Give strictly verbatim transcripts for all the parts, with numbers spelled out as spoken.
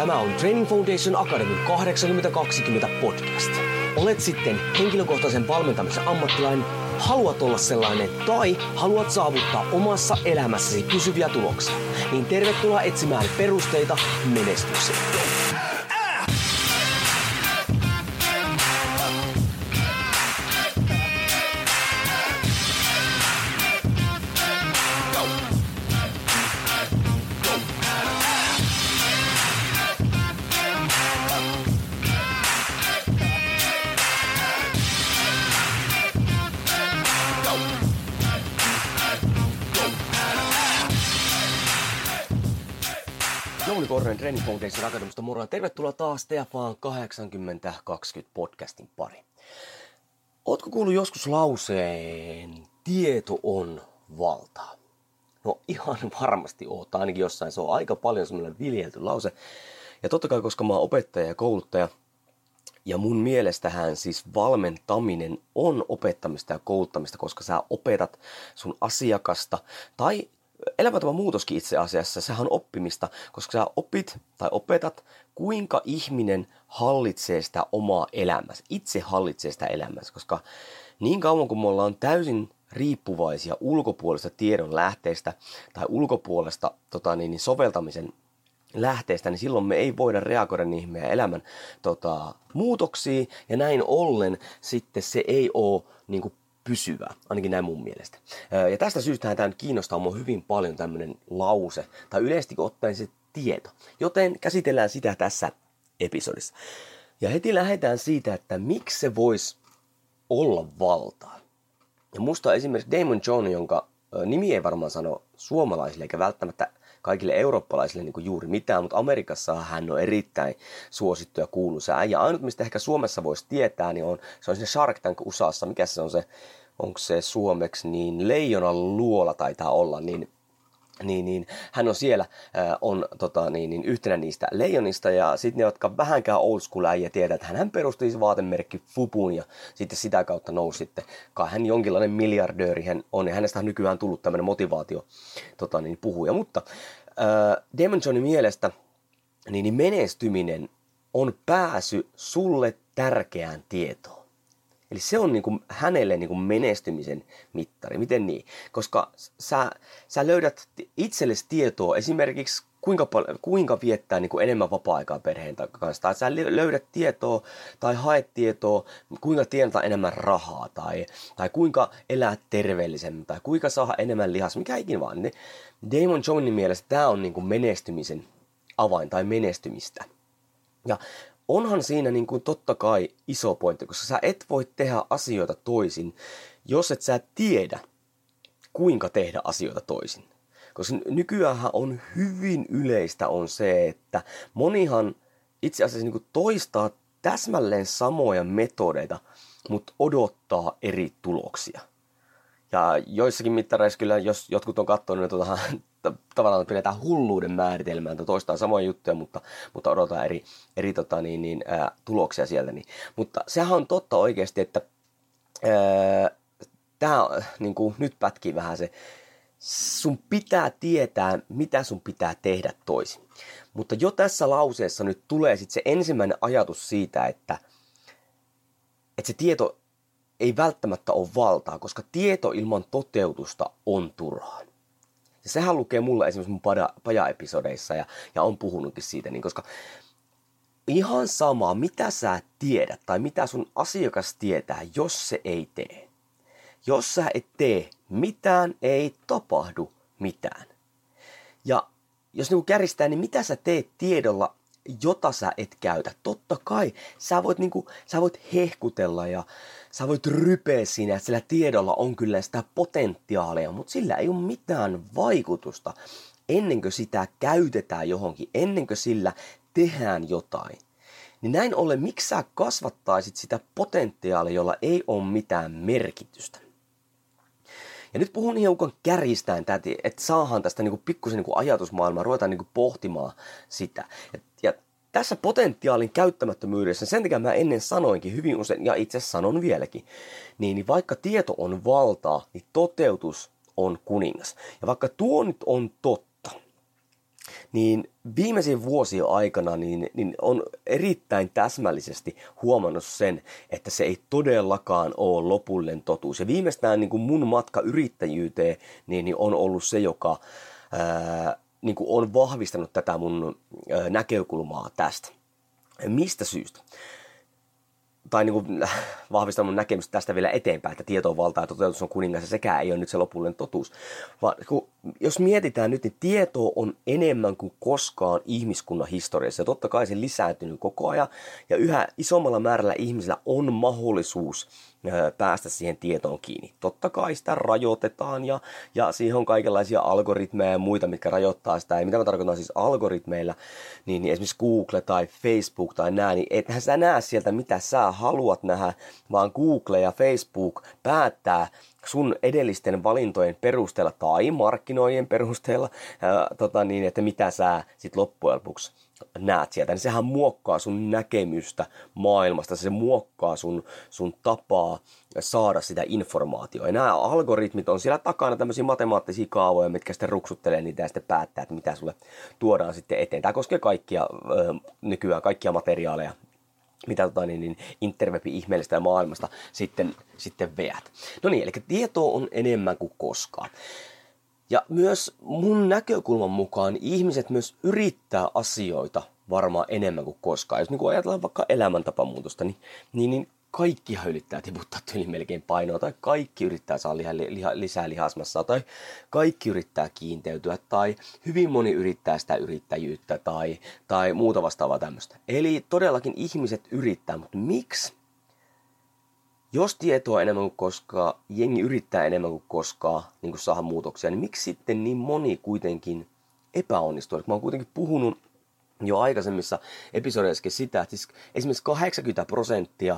Tämä on Training Foundation Academy kahdeksankymmentä kaksikymmentä podcast. Olet sitten henkilökohtaisen valmentamisen ammattilainen, haluat olla sellainen tai haluat saavuttaa omassa elämässäsi pysyviä tuloksia, niin tervetuloa etsimään perusteita menestykseen. Jouni Korhonen Training Foundation Academysta moro. Tervetuloa taas T F A:n kahdeksankymmentä kaksikymmentä podcastin pari. Ootko kuullut joskus lauseen tieto on valtaa? No ihan varmasti oot, ainakin jossain. Se on aika paljon semmoinen viljelty lause. Ja totta kai, koska mä oon opettaja ja kouluttaja, ja mun mielestähän siis valmentaminen on opettamista ja kouluttamista, koska sä opetat sun asiakasta tai elämäntavan muutoskin itse asiassa, sehän on oppimista, koska sä opit tai opetat, kuinka ihminen hallitsee sitä omaa elämänsä, itse hallitsee sitä elämänsä, koska niin kauan kuin me ollaan täysin riippuvaisia ulkopuolista tiedon lähteistä tai ulkopuolesta tota, niin, soveltamisen lähteestä, niin silloin me ei voida reagoida niihin meidän elämän tota, muutoksiin, ja näin ollen sitten se ei ole niin kuin pysyvä, ainakin näin mun mielestä. Ja tästä syystä tämä nyt kiinnostaa mua hyvin paljon tämmöinen lause, tai yleisesti ottaen se tieto. Joten käsitellään sitä tässä episodissa. Ja heti lähdetään siitä, että miksi se voisi olla valtaa. Ja musta esimerkiksi Damon John, jonka nimi ei varmaan sano suomalaisille, eikä välttämättä kaikille eurooppalaisille niin kuin juuri mitään, mutta Amerikassa hän on erittäin suosittu ja kuuluisa. Ja ainut, mistä ehkä Suomessa voisi tietää, niin on, se on siinä Shark Tank U S A:ssa, mikä se on se, onko se suomeksi, niin Leijonan luola taitaa olla, niin, niin, niin hän on siellä, äh, on tota, niin, niin, yhtenä niistä leijonista, ja sitten ne, jotka vähänkään old school äijä tietää, että hän perusti vaatemerkki Fubun, ja sitten sitä kautta nousi sitten, kai hän jonkinlainen miljardööri hän on, ja hänestä on nykyään tullut tämmöinen motivaatio tota, niin, puhuja, mutta äh, Damon Johnin mielestä niin, niin menestyminen on pääsy sulle tärkeään tietoon. Eli se on niin kuin hänelle niin kuin menestymisen mittari. Miten niin? Koska sä, sä löydät itsellesi tietoa esimerkiksi kuinka, kuinka viettää niin kuin enemmän vapaa-aikaa perheen kanssa. Tai sä löydät tietoa tai haet tietoa, kuinka tienata enemmän rahaa. Tai, tai kuinka elää terveellisemmin. Tai kuinka saada enemmän lihasta. Mikä ikinä vaan. Damon Johnin mielestä tämä on niin kuin menestymisen avain tai menestymistä. Ja onhan siinä niin kuin totta kai iso pointti, koska sä et voi tehdä asioita toisin, jos et sä tiedä, kuinka tehdä asioita toisin. Koska nykyäänhän on hyvin yleistä on se, että monihan itse asiassa niin kuin toistaa täsmälleen samoja metodeita, mutta odottaa eri tuloksia. Ja joissakin mittareissa kyllä, jos jotkut on katsonut, niin tuota, tavallaan pidetään hulluuden määritelmään, että toistaan samoja juttuja, mutta, mutta odotetaan eri, eri tota, niin, niin, ää, tuloksia sieltä. Niin. Mutta sehän on totta oikeasti, että tämä niin nyt pätkii vähän se, sun pitää tietää, mitä sun pitää tehdä toisin. Mutta jo tässä lauseessa nyt tulee sitten se ensimmäinen ajatus siitä, että, että se tieto ei välttämättä ole valtaa, koska tieto ilman toteutusta on turhaa. Ja sehän lukee mulle esimerkiksi mun paja-episodeissa ja, ja on puhunutkin siitä, niin koska ihan sama, mitä sä tiedät tai mitä sun asiakas tietää, jos se ei tee. Jos sä et tee mitään, ei tapahdu mitään. Ja jos niinku kärjistää, niin mitä sä teet tiedolla, jota sä et käytä? Totta kai sä voit, niinku, sä voit hehkutella ja sä voit rypeä siinä, että sillä tiedolla on kyllä sitä potentiaalia, mutta sillä ei ole mitään vaikutusta ennen kuin sitä käytetään johonkin, ennen kuin sillä tehdään jotain. Niin näin ollen, miksi sä kasvattaisit sitä potentiaalia, jolla ei ole mitään merkitystä? Ja nyt puhun hiukan kärjistäen, että saadaan tästä niinku pikkusen niinku ajatusmaailmaa, ruvetaan niinku pohtimaan sitä. Ja, ja tässä potentiaalin käyttämättömyydessä, sen takia mä ennen sanoinkin hyvin usein, ja itse sanon vieläkin, niin, niin vaikka tieto on valtaa, niin toteutus on kuningas. Ja vaikka tuo nyt on totta, niin viimeisen vuosien aikana niin, niin on erittäin täsmällisesti huomannut sen, että se ei todellakaan ole lopullinen totuus. Ja viimeistään niin kuin mun matka yrittäjyyteen niin, niin on ollut se, joka ää, niin kuin on vahvistanut tätä mun ää, näkökulmaa tästä. Mistä syystä? Tai niin kuin vahvistaa mun näkemystä tästä vielä eteenpäin, että tieto on valtaa ja toteutus on kuningas, ja sekään ei ole nyt se lopullinen totuus. Vaan kun, jos mietitään nyt, niin tieto on enemmän kuin koskaan ihmiskunnan historiassa. Ja totta kai se lisääntynyt koko ajan, ja yhä isommalla määrällä ihmisillä on mahdollisuus päästä siihen tietoon kiinni. Totta kai sitä rajoitetaan, ja, ja siihen on kaikenlaisia algoritmeja ja muita, mitkä rajoittaa sitä. Ja mitä mä tarkoitan siis algoritmeilla, niin, niin esimerkiksi Google tai Facebook tai nää, niin ethän sä näe sieltä, mitä sä haluat nähdä, vaan Google ja Facebook päättää sun edellisten valintojen perusteella tai markkinoijien perusteella, ää, tota niin, että mitä sä sit loppujen lopuksi näet sieltä. Niin sehän muokkaa sun näkemystä maailmasta, se muokkaa sun, sun tapaa saada sitä informaatiota. Ja nämä algoritmit on siellä takana tämmöisiä matemaattisia kaavoja, mitkä sitten ruksuttelee niitä ja sitten päättää, että mitä sulle tuodaan sitten eteen. Tämä koskee kaikkia nykyään, kaikkia materiaaleja, mitä tota, niin, niin interwebin ihmeellistä ja maailmasta sitten, sitten veät. No niin, eli tietoa on enemmän kuin koskaan. Ja myös mun näkökulman mukaan ihmiset myös yrittää asioita varmaan enemmän kuin koskaan. Jos niin ajatellaan vaikka elämäntapamuutosta, niin, niin, niin kaikkihan yrittää tiputtaa tyyliin melkein painoa, tai kaikki yrittää saada liha, liha, lisää lihasmassaa, tai kaikki yrittää kiinteytyä, tai hyvin moni yrittää sitä yrittäjyyttä, tai, tai muuta vastaavaa tämmöistä. Eli todellakin ihmiset yrittää, mutta miksi? Jos tietoa enemmän kuin koskaan, jengi yrittää enemmän kuin koskaan niin kuin saada muutoksia, niin miksi sitten niin moni kuitenkin epäonnistuu? Mä oon kuitenkin puhunut jo aikaisemmissa episodeissa sitä, että siis esimerkiksi kahdeksankymmentä prosenttia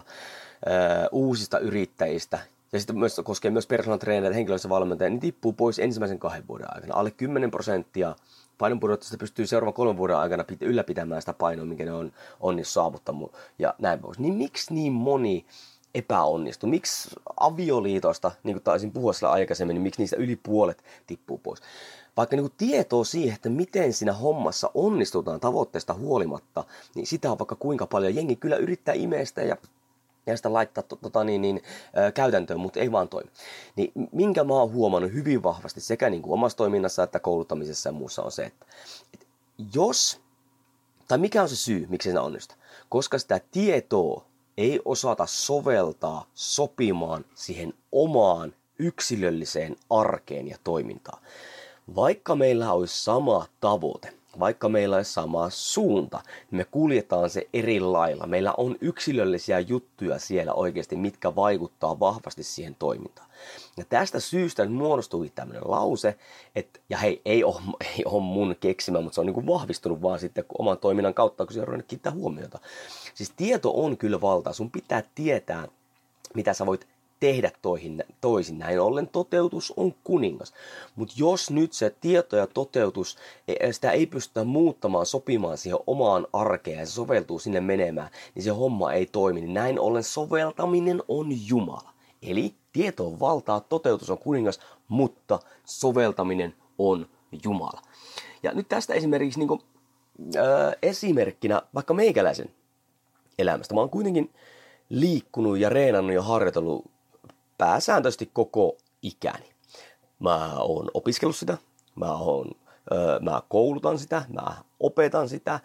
ää, uusista yrittäjistä, ja sitten myös koskee myös personal trainereita ja henkilöistä valmentajia, niin tippuu pois ensimmäisen kahden vuoden aikana. Alle kymmenen prosenttia painonpudottajista pystyy seuraavan kolmen vuoden aikana ylläpitämään sitä painoa, minkä ne on onnistunut saavuttanut ja näin pois. Niin miksi niin moni epäonnistu? Miksi avioliitosta, niin kuin taisin puhua sillä aikaisemmin, niin miksi niistä yli puolet tippuu pois? Vaikka niin kuin tietoa siihen, että miten siinä hommassa onnistutaan tavoitteesta huolimatta, niin sitä on vaikka kuinka paljon. Jengi kyllä yrittää imeistä ja, ja sitä laittaa tota, niin, niin, ä, käytäntöön, mutta ei vaan toimi. Niin minkä mä oon huomannut hyvin vahvasti sekä niin kuin omassa toiminnassa että kouluttamisessa ja muussa on se, että, että jos, tai mikä on se syy, miksi se onnistuu? Koska sitä tietoa ei osata soveltaa sopimaan siihen omaan yksilölliseen arkeen ja toimintaan. Vaikka meillä olisi sama tavoite, vaikka meillä olisi sama suunta, niin me kuljetaan se eri lailla. Meillä on yksilöllisiä juttuja siellä oikeasti, mitkä vaikuttaa vahvasti siihen toimintaan. Ja tästä syystä muodostui tämmöinen lause, että, ja hei, ei ole, ei ole mun keksimä, mutta se on niin kuin vahvistunut vaan sitten oman toiminnan kautta, kun se on kiinnittää huomiota. Siis tieto on kyllä valtaa. Sun pitää tietää, mitä sä voit tehdä toihin, toisin. Näin ollen toteutus on kuningas. Mutta jos nyt se tieto ja toteutus, sitä ei pystytä muuttamaan, sopimaan siihen omaan arkeen ja se soveltuu sinne menemään, niin se homma ei toimi. Näin ollen soveltaminen on Jumala. Eli tieto on valtaa, toteutus on kuningas, mutta soveltaminen on Jumala. Ja nyt tästä esimerkiksi niin kuin, äh, esimerkkinä vaikka meikäläisen elämästä. Mä oon kuitenkin liikkunut ja reenannut ja harjoitellut pääsääntöisesti koko ikäni. Mä oon opiskellut sitä, mä, oon, äh, mä koulutan sitä, mä opetan sitä,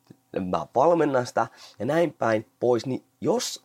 mä valmennan sitä ja näin päin pois. Niin jos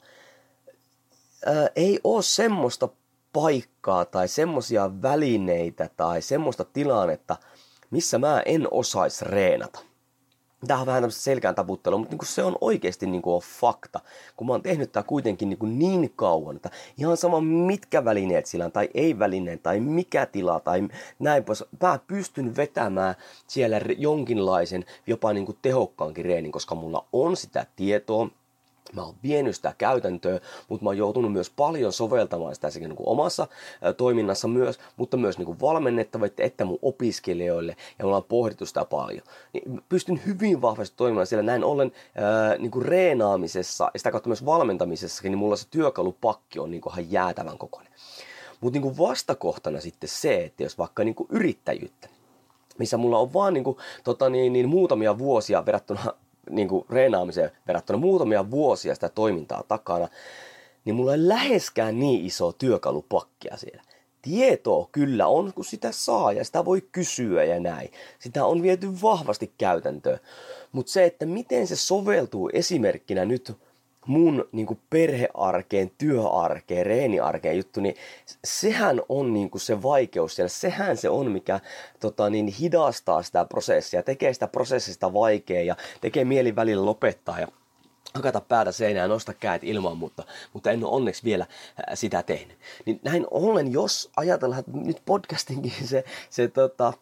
äh, ei ole semmoista paikkaa tai semmoisia välineitä tai semmoista tilannetta, missä mä en osaisi reenata. Tämä on vähän tämmöistä selkään taputtelua, mutta niin se on oikeasti niin on fakta. Kun mä oon tehnyt tämä kuitenkin niin, niin kauan, että ihan sama mitkä välineet sillä on, tai ei välineet, tai mikä tila, tai näin pois. Mä pystyn vetämään siellä jonkinlaisen, jopa niin tehokkaankin reenin, koska mulla on sitä tietoa. Mä oon vienyt sitä käytäntöä, mutta mä oon joutunut myös paljon soveltamaan sitä sekä niin kuin omassa ä, toiminnassa myös, mutta myös niin kuin valmennettaville että mun opiskelijoille, ja me ollaan pohdittu sitä paljon. Niin pystyn hyvin vahvasti toimimaan siellä näin ollen ää, niin kuin reenaamisessa ja sitä kautta myös valmentamisessakin, niin mulla se työkalupakki on niin kuin ihan jäätävän kokoinen. Mutta niin kuin vastakohtana sitten se, että jos vaikka niin kuin yrittäjyyttä, missä mulla on vaan niin kuin, tota, niin, niin, muutamia vuosia verrattuna niin kuin reenaamiseen verrattuna muutamia vuosia sitä toimintaa takana, niin mulla ei läheskään niin iso työkalupakkia siellä. Tietoa kyllä on, kun sitä saa ja sitä voi kysyä ja näin. Sitä on viety vahvasti käytäntöön. Mutta se, että miten se soveltuu esimerkkinä nyt mun niin kuin perhearkeen, työarkeen, reeniarkeen juttu, niin sehän on niin kuin se vaikeus siellä. Sehän se on, mikä tota, niin hidastaa sitä prosessia, tekee sitä prosessista vaikeaa ja tekee mieli välillä lopettaa ja hakata päätä seinään ja nostaa kädet ilmaan, mutta, mutta en ole onneksi vielä sitä tehnyt. Niin näin ollen, jos ajatellaan, että nyt podcastinkin se, se tota,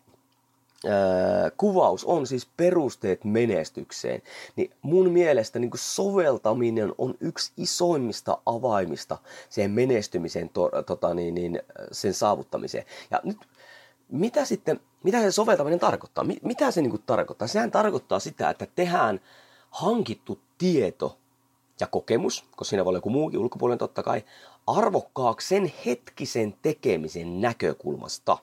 ää, kuvaus on siis perusteet menestykseen, niin mun mielestä niin kuin soveltaminen on yksi isoimmista avaimista sen menestymiseen, to, tota, niin, niin, sen saavuttamiseen. Ja nyt mitä sitten, mitä se soveltaminen tarkoittaa? Mitä se niin kuin tarkoittaa? Sehän tarkoittaa sitä, että tehdään hankittu tieto ja kokemus, koska siinä voi olla joku muukin ulkopuolinen totta kai, arvokkaaksi sen hetkisen tekemisen näkökulmasta.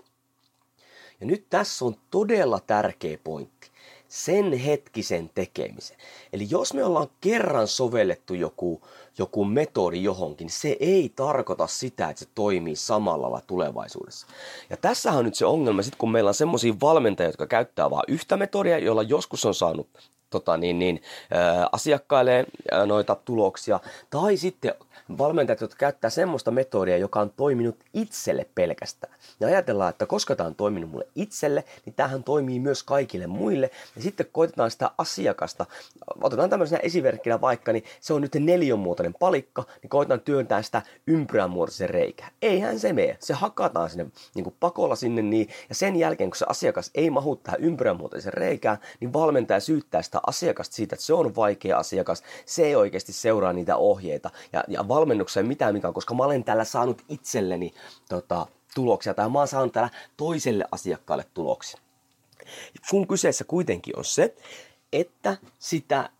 Ja nyt tässä on todella tärkeä pointti. Sen hetkisen tekemisen. Eli jos me ollaan kerran sovellettu joku, joku metodi johonkin, se ei tarkoita sitä, että se toimii samalla lailla tulevaisuudessa. Ja tässähän on nyt se ongelma, sit kun meillä on semmoisia valmentajia, jotka käyttää vain yhtä metodia, jolla joskus on saanut tota, niin, niin, ää, asiakkaille ää, noita tuloksia, tai sitten valmentajat, jotka käyttää semmoista metodia, joka on toiminut itselle pelkästään. Ja ajatellaan, että koska tämä on toiminut mulle itselle, niin tämähän toimii myös kaikille muille. Ja sitten koitetaan sitä asiakasta, otetaan tämmöisenä esimerkkinä vaikka, niin se on nyt neliönmuotoinen palikka, niin koitetaan työntää sitä ympyränmuotoisen reikään. Eihän se mene, se hakataan sinne niin kuin pakolla sinne, niin, ja sen jälkeen, kun se asiakas ei mahu tähän ympyränmuotoisen reikään, niin valmentaja syyttää sitä asiakasta siitä, että se on vaikea asiakas, se ei oikeasti seuraa niitä ohjeita, ja, ja valmennukseen mitään mikään, koska mä olen täällä saanut itselleni tota, tuloksia, tai mä oon saanut täällä toiselle asiakkaalle tuloksia. Kun kyseessä kuitenkin on se, että sitä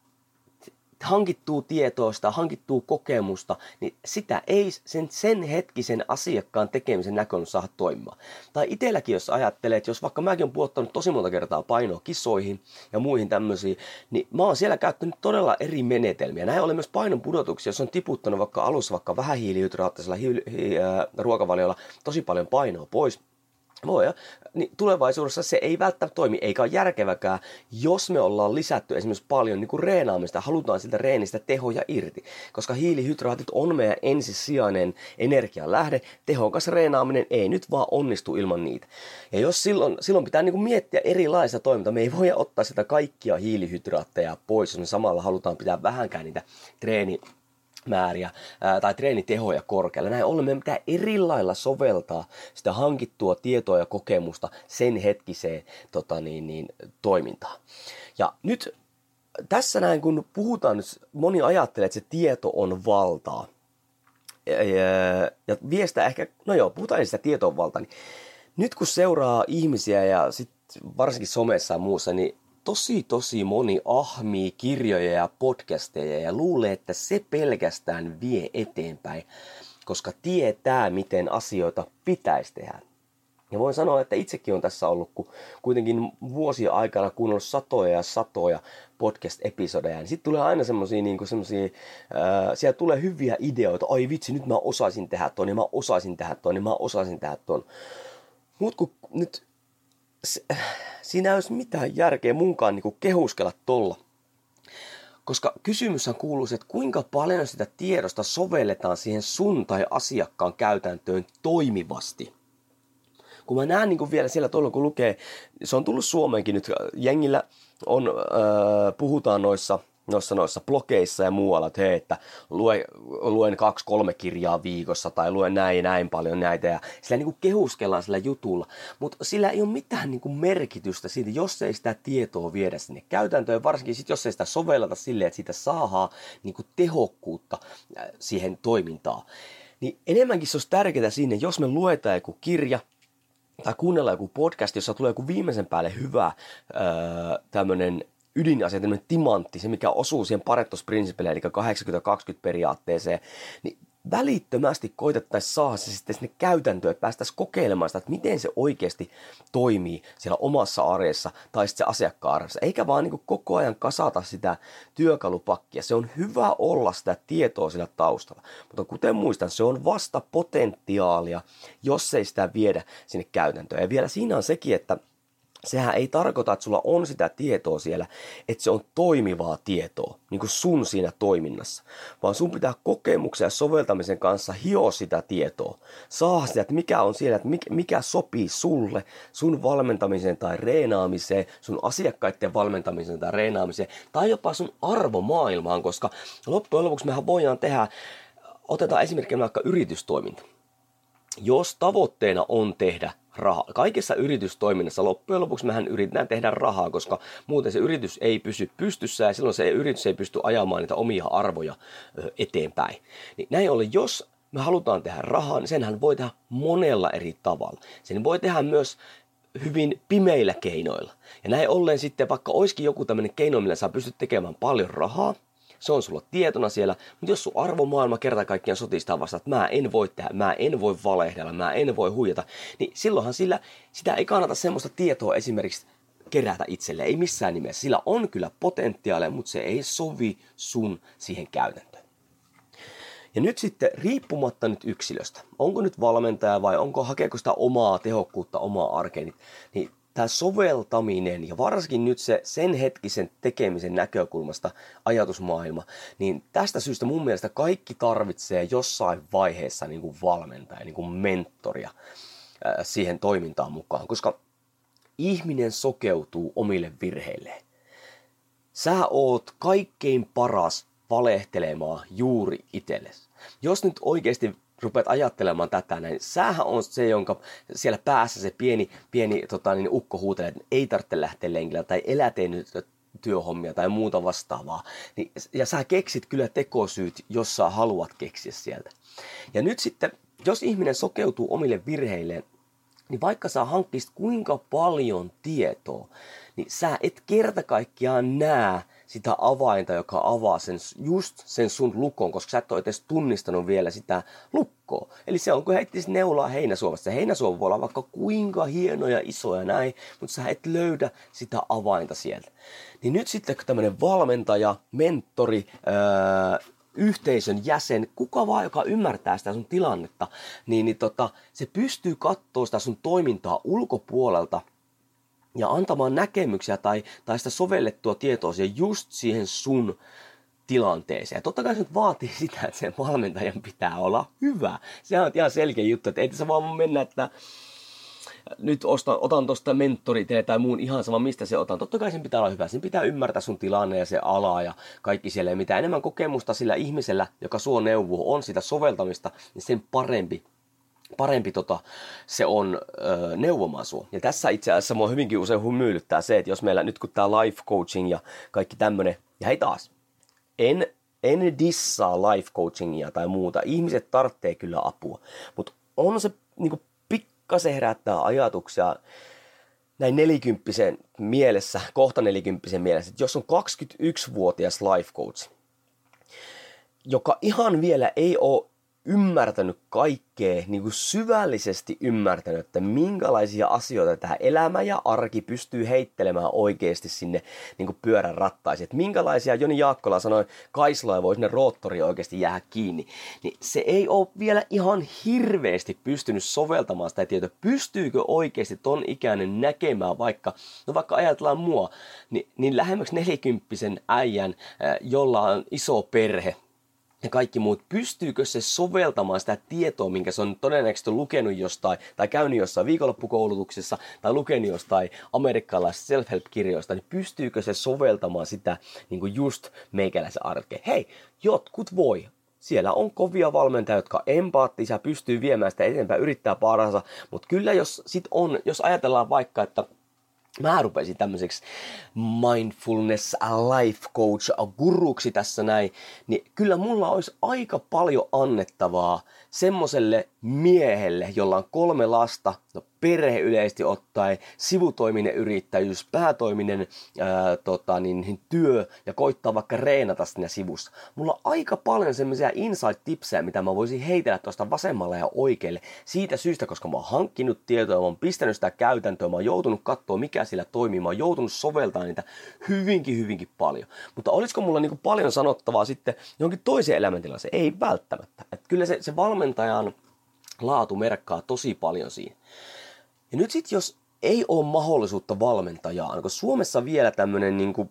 hankittuu tietoa, sitä hankittuu kokemusta, niin sitä ei sen, sen hetkisen asiakkaan tekemisen näkökulmasta saada toimimaan. Tai itselläkin, jos ajattelee, että jos vaikka mäkin olen puottanut tosi monta kertaa painoa kisoihin ja muihin tämmöisiin, niin mä oon siellä käyttänyt todella eri menetelmiä. Näin olen myös painon pudotuksia, jos on tiputtanut vaikka alussa vaikka vähän hiilihydraattisella hi- hi- äh, ruokavaliolla tosi paljon painoa pois. Voi, niin tulevaisuudessa se ei välttämättä toimi, eikä ole järkeväkään, jos me ollaan lisätty esimerkiksi paljon niin kuin reenaamista, halutaan siltä reenistä tehoja irti, koska hiilihydraatit on meidän ensisijainen energian lähde, tehokas reenaaminen ei nyt vaan onnistu ilman niitä. Ja jos silloin, silloin pitää niin kuin miettiä erilaista toimintaa, me ei voi ottaa sitä kaikkia hiilihydraatteja pois, jos me samalla halutaan pitää vähänkään niitä treeni määriä ää, tai treenitehoja korkealla. Näin ollen meidän pitää eri lailla soveltaa sitä hankittua tietoa ja kokemusta sen hetkiseen tota niin, niin, toimintaan. Ja nyt tässä näin, kun puhutaan nyt, moni ajattelee, että se tieto on valtaa. Ja, ja, ja viestä ehkä, no joo, puhutaan sitä tietoa valtaa, niin nyt kun seuraa ihmisiä ja sit varsinkin somessa ja muussa, niin tosi tosi moni ahmii kirjoja ja podcasteja ja luulee, että se pelkästään vie eteenpäin, koska tietää, miten asioita pitäisi tehdä. Ja voin sanoa, että itsekin on tässä ollut, kun kuitenkin vuosien aikana kuunnellut satoja ja satoja podcast-episodeja, niin sitten tulee aina semmosia, niin kuin semmosia, ää, siellä tulee hyviä ideoita, ai vitsi, nyt mä osaisin tehdä ton, ja mä osaisin tehdä ton, ja mä osaisin tehdä ton. Mut kun nyt se, siinä ei olisi mitään järkeä munkaan niin kuin kehuskella tolla. Koska kysymyshän kuuluu, että kuinka paljon sitä tiedosta sovelletaan siihen sun tai asiakkaan käytäntöön toimivasti. Kun mä näen niin kuin vielä siellä tuolla, kun lukee, se on tullut Suomeenkin nyt, jengillä on, äh, puhutaan noissa, noissa, noissa blogeissa ja muualla, että hei, että lue, luen kaksi, kolme kirjaa viikossa tai luen näin näin paljon näitä ja sillä niin kuin kehuskellaan sillä jutulla, mutta sillä ei ole mitään niin kuin merkitystä siitä, jos ei sitä tietoa viedä sinne käytäntöön, varsinkin sit, jos ei sitä sovelleta silleen, että siitä saadaan niin kuin tehokkuutta siihen toimintaan. Niin enemmänkin se olisi tärkeää siinä, jos me luetaan joku kirja, tai kuunnellaan joku podcast, jossa tulee joku viimeisen päälle hyvä öö, tämmöinen ydinasia, tämmöinen timantti, se mikä osuu siihen Paretos-prinsiipille, eli kahdeksankymmentä kaksikymmentä periaatteeseen, niin välittömästi koitettaisiin saada se sitten sinne käytäntöön, että päästäisiin kokeilemaan sitä, että miten se oikeasti toimii siellä omassa arjessa tai sitten se asiakkaan arjessa. Eikä vaan niin kuin koko ajan kasata sitä työkalupakkia. Se on hyvä olla sitä tietoa siellä taustalla. Mutta kuten muistan, se on vasta potentiaalia, jos ei sitä viedä sinne käytäntöön. Ja vielä siinä on sekin, että sehän ei tarkoita, että sulla on sitä tietoa siellä, että se on toimivaa tietoa, niin kuin sun siinä toiminnassa. Vaan sun pitää kokemuksen ja soveltamisen kanssa hioa sitä tietoa. Saa sitä, että mikä on siellä, että mikä sopii sulle, sun valmentamiseen tai reenaamiseen, sun asiakkaiden valmentamiseen tai reenaamiseen, tai jopa sun arvomaailmaan, koska loppujen lopuksi mehän voidaan tehdä, otetaan esimerkkinä vaikka yritystoiminta. Jos tavoitteena on tehdä rahaa, kaikessa yritystoiminnassa loppujen lopuksi mehän yritetään tehdä rahaa, koska muuten se yritys ei pysy pystyssä ja silloin se yritys ei pysty ajamaan niitä omia arvoja eteenpäin. Niin näin ollen, jos me halutaan tehdä rahaa, niin senhän voi tehdä monella eri tavalla. Sen voi tehdä myös hyvin pimeillä keinoilla. Ja näin ollen sitten, vaikka olisikin joku tämmöinen keino, millä sä pystyt tekemään paljon rahaa, se on sulla tietona siellä, mutta jos sun arvomaailma kerta kaikkiaan sotistaa vasta, että mä en voi tehdä, mä en voi valehdella, mä en voi huijata, niin silloinhan sillä, sitä ei kannata semmoista tietoa esimerkiksi kerätä itselle, ei missään nimessä. Sillä on kyllä potentiaalia, mutta se ei sovi sun siihen käytäntöön. Ja nyt sitten riippumatta nyt yksilöstä, onko nyt valmentaja vai onko hakeeko sitä omaa tehokkuutta, omaa arkeen, niin tämä soveltaminen ja varsinkin nyt se sen hetkisen tekemisen näkökulmasta ajatusmaailma, niin tästä syystä mun mielestä kaikki tarvitsee jossain vaiheessa niin kuin valmentaja, niin kuin mentoria ää, siihen toimintaan mukaan, koska ihminen sokeutuu omille virheilleen. Sä oot kaikkein paras valehtelemaan juuri itsellesi. Jos nyt oikeasti rupeat ajattelemaan tätä näin, sähän on se, jonka siellä päässä se pieni, pieni tota, niin ukko huutelee, että ei tarvitse lähteä lenkillä tai elä tee nyt työhommia tai muuta vastaavaa. Niin, ja sä keksit kyllä tekosyyt, jos sä haluat keksiä sieltä. Ja nyt sitten, jos ihminen sokeutuu omille virheilleen, niin vaikka sä hankkisit kuinka paljon tietoa, niin sä et kerta kaikkiaan näe sitä avainta, joka avaa sen, just sen sun lukon, koska sä et ole edes tunnistanut vielä sitä lukkoa. Eli se on, kun heittisi neulaa heinäsuovasta. Se heinäsuova voi olla vaikka kuinka hieno ja iso ja näin, mutta sä et löydä sitä avainta sieltä. Niin nyt sitten kun tämmöinen valmentaja, mentori, öö, yhteisön jäsen, kuka vaan, joka ymmärtää sitä sun tilannetta, niin, niin tota, se pystyy katsoa sitä sun toimintaa ulkopuolelta ja antamaan näkemyksiä tai, tai sitä sovellettua tietoa siihen just siihen sun tilanteeseen. Ja totta kai se nyt vaatii sitä, että sen valmentajan pitää olla hyvä. Sehän on ihan selkeä juttu, että ei tässä vaan mennä, että nyt ostan, otan tuosta mentoritee tai muun ihan sama, mistä se otan. Totta kai sen pitää olla hyvä. Sen pitää ymmärtää sun tilanne ja se ala ja kaikki siellä. Ja mitä enemmän kokemusta sillä ihmisellä, joka suo neuvoo, on sitä soveltamista, niin sen parempi, parempi tota, se on öö, neuvomaan sua. Ja tässä itse asiassa mua hyvinkin usein hymyilyttää se, että jos meillä nyt kun tää life coaching ja kaikki tämmönen, ja hei taas, en, en dissaa life coachingia tai muuta. Ihmiset tarvitsee kyllä apua, mutta on se niinku se herättää ajatuksia näin nelikymppisen mielessä, kohta nelikymppisen mielessä, että jos on kaksikymmentäyksivuotias life coach, joka ihan vielä ei ole ymmärtänyt kaikkea, niin kuin syvällisesti ymmärtänyt, että minkälaisia asioita tämä elämä ja arki pystyy heittelemään oikeasti sinne niin kuin pyörän rattaisiin. Että minkälaisia, Joni Jaakkola sanoi, kaisloja voi sinne roottoriin oikeasti jäädä kiinni. Niin se ei ole vielä ihan hirveästi pystynyt soveltamaan sitä tietoa. Pystyykö oikeasti ton ikäinen näkemään vaikka, no vaikka ajatellaan mua, niin, niin lähemmäksi nelikymppisen äijän, jolla on iso perhe, ja kaikki muut, pystyykö se soveltamaan sitä tietoa, minkä se on todennäköisesti lukenut jostain, tai käynyt jossain viikonloppukoulutuksessa, tai lukenut jostain amerikkalaisista self-help-kirjoista, niin pystyykö se soveltamaan sitä niin kuin just meikäläisen arkeen? Hei, jotkut voi. Siellä on kovia valmentajia, jotka empaattisia, pystyy viemään sitä eteenpäin, yrittää paransa, mutta kyllä jos sit on, jos ajatellaan vaikka, että mä rupesin tämmöiseksi mindfulness life coach guruksi tässä näin, niin kyllä mulla olisi aika paljon annettavaa semmoselle miehelle, jolla on kolme lasta, no perhe yleisesti ottaen, sivutoiminen yrittäjyys, päätoiminen ää, tota, niin, työ ja koittaa vaikka reenata siinä sivussa. Mulla on aika paljon semmoisia insight-tipsejä, mitä mä voisin heitellä tuosta vasemmalle ja oikealle siitä syystä, koska mä oon hankkinut tietoa, mä oon pistänyt sitä käytäntöä, mä oon joutunut katsoa, mikä sillä toimii, mä oon joutunut soveltaa niitä hyvinkin, hyvinkin paljon. Mutta olisiko mulla niinku paljon sanottavaa sitten johonkin toiseen elämäntilanteeseen? Ei välttämättä. Et kyllä se, se valmentajan laatu merkkaa tosi paljon siinä. Ja nyt sitten jos ei ole mahdollisuutta valmentajaan, kun Suomessa vielä tämmöinen niinku,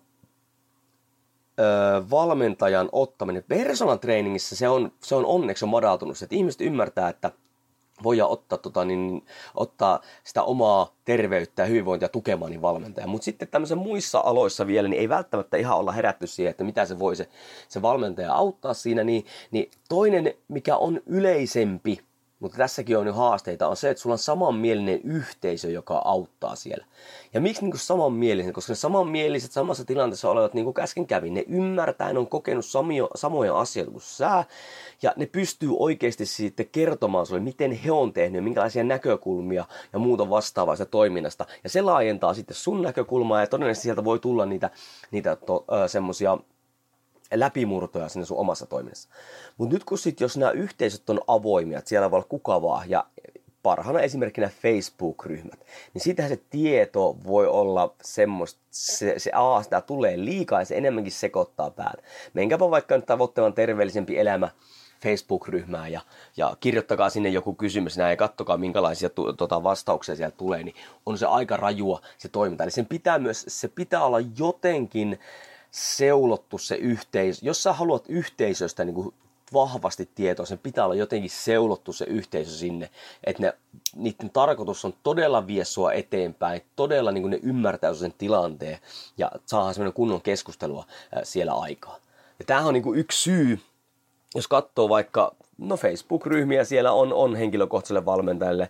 öö, valmentajan ottaminen, personal trainingissä se on, se on onneksi on madaltunut, että ihmiset ymmärtää, että voidaan ottaa, tota, niin, ottaa sitä omaa terveyttä ja hyvinvointia tukemaan niin valmentaja. Mutta sitten tämmöisen muissa aloissa vielä, niin ei välttämättä ihan olla herätty siihen, että mitä se voi se, se valmentaja auttaa siinä. Niin, niin toinen, mikä on yleisempi, mutta tässäkin on jo haasteita, on se, että sulla on samanmielinen yhteisö, joka auttaa siellä. Ja miksi niin kuin samanmielinen? Koska ne samanmieliset samassa tilanteessa olevat, niin kuin äsken kävin, ne ymmärtää, ne on kokenut samio, samoja asioita kuin sä, ja ne pystyy oikeasti sitten kertomaan sulle, miten he on tehnyt, minkälaisia näkökulmia ja muuta vastaavaa sitä toiminnasta. Ja se laajentaa sitten sun näkökulmaa, ja todennäköisesti sieltä voi tulla niitä, niitä to, ö, semmosia läpimurtoja sinne sun omassa toiminnassa. Mutta nyt kun sit, jos nämä yhteisöt on avoimia, että siellä voi olla kuka vaan, ja parhaana esimerkkinä Facebook-ryhmät, niin siitähän se tieto voi olla semmoista, se, se A, sitä tulee liikaa ja se enemmänkin sekoittaa päätä. Menkääpä vaikka nyt tavoittamaan terveellisempi elämä Facebook-ryhmää ja, ja kirjoittakaa sinne joku kysymys näin ja katsokaa minkälaisia tu, tota, vastauksia sieltä tulee, niin on se aika rajua se toiminta. Eli sen pitää myös, se pitää olla jotenkin seulottu se yhteisö. Jos sä haluat yhteisöstä niin kuin vahvasti tietoa, sen pitää olla jotenkin seulottu se yhteisö sinne, että ne, niiden tarkoitus on todella vie sua eteenpäin, todella niin kuin ne ymmärtää sen tilanteen ja saadaan semmoinen kunnon keskustelua siellä aikaa. Ja tämähän on niin kuin yksi syy, jos katsoo vaikka no Facebook-ryhmiä, siellä on, on henkilökohtaiselle valmentajalle,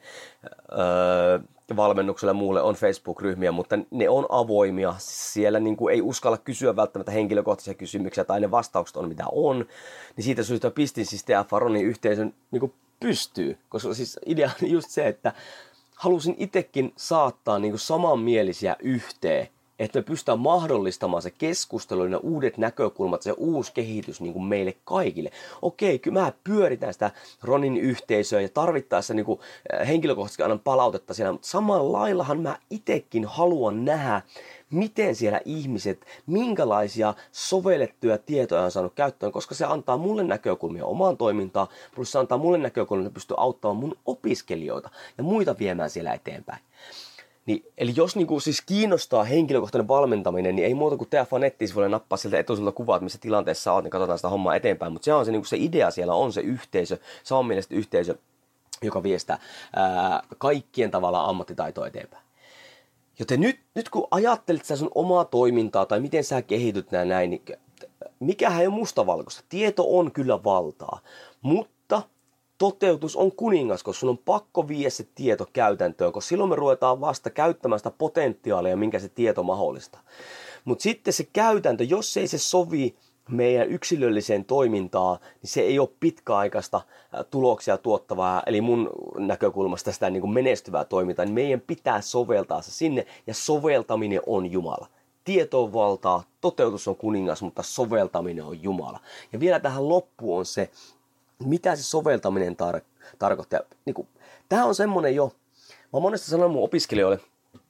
öö, valmennukselle ja muulle on Facebook-ryhmiä, mutta ne on avoimia. Siellä niin kuin ei uskalla kysyä välttämättä henkilökohtaisia kysymyksiä tai ne vastaukset on mitä on. Niin siitä syystä pistin siis T F Aronin yhteisön niin kuin pystyy. Koska siis idea on just se, että halusin itsekin saattaa niin kuin samanmielisiä yhteen, että me pystytään mahdollistamaan se keskustelu ja uudet näkökulmat, se uusi kehitys niin kuin meille kaikille. Okei, kyllä mä pyöritän sitä Ronin yhteisöä ja tarvittaessa niin kuin henkilökohtaisesti annan palautetta siellä, mutta samalla laillahan mä itsekin haluan nähdä, miten siellä ihmiset, minkälaisia sovellettuja tietoja on saanut käyttöön, koska se antaa mulle näkökulmia omaan toimintaan, plus se antaa mulle näkökulmia, että pystyy auttamaan mun opiskelijoita ja muita viemään siellä eteenpäin. Niin, eli jos niinku siis kiinnostaa henkilökohtainen valmentaminen, niin ei muuta kuin T F A-nettisivuille nappaa sieltä etuisilta kuvat, missä tilanteessa olet, niin katsotaan sitä hommaa eteenpäin. Mutta se on se, niinku se idea siellä, on se yhteisö, samanmielisesti yhteisö, joka viestää ää, kaikkien tavalla ammattitaitoa eteenpäin. Joten nyt, nyt kun ajattelet sä sun omaa toimintaa tai miten sä kehityt näin, näin niin mikähän ei ole mustavalkoista. Tieto on kyllä valtaa, mutta toteutus on kuningas, koska sun on pakko viedä se tieto käytäntöön, koska silloin me ruvetaan vasta käyttämään sitä potentiaalia, minkä se tieto mahdollistaa. Mutta sitten se käytäntö, jos ei se sovi meidän yksilölliseen toimintaan, niin se ei ole pitkäaikaista tuloksia tuottavaa, eli mun näkökulmasta sitä niin kuin menestyvää toimintaa, niin meidän pitää soveltaa se sinne, ja soveltaminen on Jumala. Tieto on valtaa, toteutus on kuningas, mutta soveltaminen on Jumala. Ja vielä tähän loppuun on se, mitä se soveltaminen tar- tarkoittaa. Niin kuin, tämä on semmoinen jo, mä oon monesti sanonut mun opiskelijoille,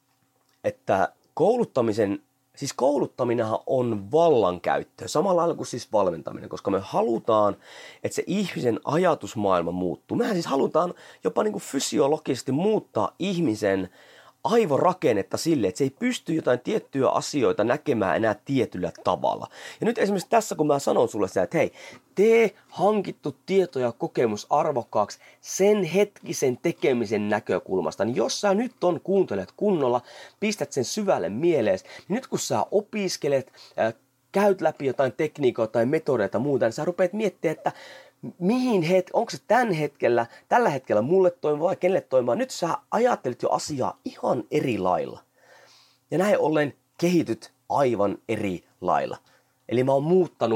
että kouluttamisen, siis kouluttaminenhan on vallankäyttö, samalla lailla kuin siis valmentaminen, koska me halutaan, että se ihmisen ajatusmaailma muuttuu. Mehän siis halutaan jopa niin kuin fysiologisesti muuttaa ihmisen aivorakennetta sille, että se ei pysty jotain tiettyjä asioita näkemään enää tietyllä tavalla. Ja nyt esimerkiksi tässä, kun mä sanon sulle sitä, että hei, tee hankittu tieto ja kokemus arvokkaaksi sen hetkisen tekemisen näkökulmasta, niin jos sä nyt on kuuntelet kunnolla, pistät sen syvälle mieleesi, niin nyt kun sä opiskelet, äh, käyt läpi jotain tekniikoita tai metodeita tai muuta, niin sä rupeat miettimään, että mihin het, onko se tämän hetkellä, tällä hetkellä mulle toimiva vai kenelle toimiva. Nyt sä ajattelet jo asiaa ihan eri lailla. Ja näin ollen kehityt aivan eri lailla. Eli mä oon muuttanut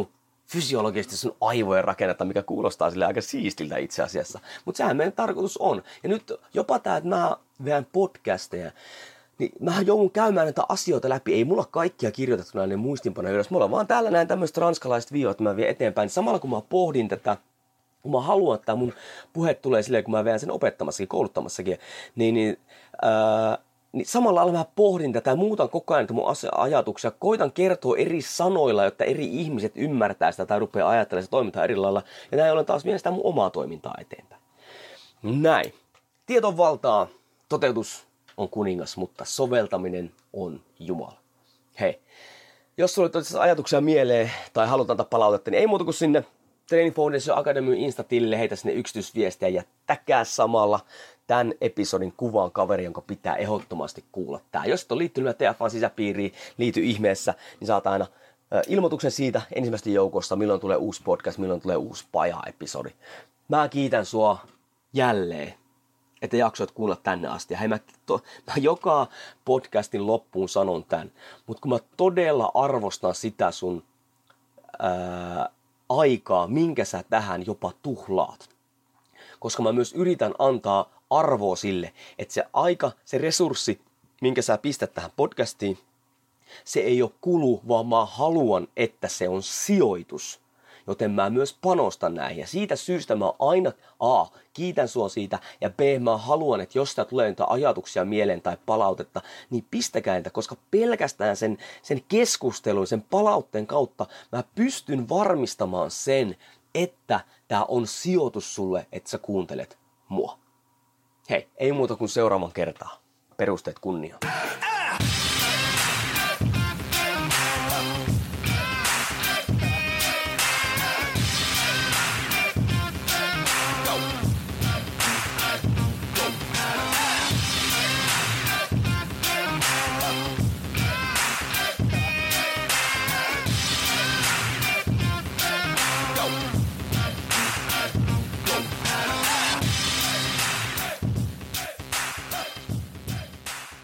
fysiologisesti sun aivojen rakennetta, mikä kuulostaa sille aika siistiltä itse asiassa. Mutta sehän meidän tarkoitus on. Ja nyt jopa tää, että mä vedän podcasteja, niin mähän joudun käymään näitä asioita läpi. Ei mulla kaikkia kirjoitettu näiden muistinpanoja ylös. Mulla on vaan täällä näin tämmöiset ranskalaiset viivat, että mä vien eteenpäin. Samalla kun mä pohdin tätä, kun mä haluan, että mun puhe tulee silleen, kun mä vedän sen opettamassakin, kouluttamassakin, niin, niin, ää, niin samalla lailla mä pohdin tätä ja muutan koko ajan mun ajatuksia. Koitan kertoa eri sanoilla, jotta eri ihmiset ymmärtää sitä tai rupeaa ajattelemaan sitä toimintaa eri lailla. Ja näin ollen taas vien sitä mun omaa toimintaa eteenpäin. Näin. Tietovaltaa, toteutus on kuningas, mutta soveltaminen on Jumala. Hei, jos sulla on ajatuksia mieleen tai haluat antaa palautetta, niin ei muuta kuin sinne Training Foundation Academy Insta-tilille, heitä sinne yksityisviestiä ja jättäkää samalla tämän episodin kuvaan kaveri, jonka pitää ehdottomasti kuulla tää. Jos et ole liittynyt T F A:n sisäpiiriin, liity ihmeessä, niin saat aina ilmoituksen siitä ensimmäistä joukosta, milloin tulee uusi podcast, milloin tulee uusi paja-episodi. Mä kiitän sua jälleen, että jaksoit kuulla tänne asti. Ja hei, mä, to, mä joka podcastin loppuun sanon tämän, mutta kun mä todella arvostan sitä sun ää, aikaa, minkä sä tähän jopa tuhlaat. Koska mä myös yritän antaa arvoa sille, että se aika, se resurssi, minkä sä pistät tähän podcastiin, se ei ole kulu, vaan mä haluan, että se on sijoitus. Joten mä myös panostan näihin. Ja siitä syystä mä aina A, kiitän sua siitä, ja B, mä haluan, että jos sitä tulee niitä ajatuksia mieleen tai palautetta, niin pistäkää niitä, koska pelkästään sen, sen keskustelun, sen palautteen kautta mä pystyn varmistamaan sen, että tää on sijoitus sulle, että sä kuuntelet mua. Hei, ei muuta kuin seuraavan kertaa. Perusteet kunniaan.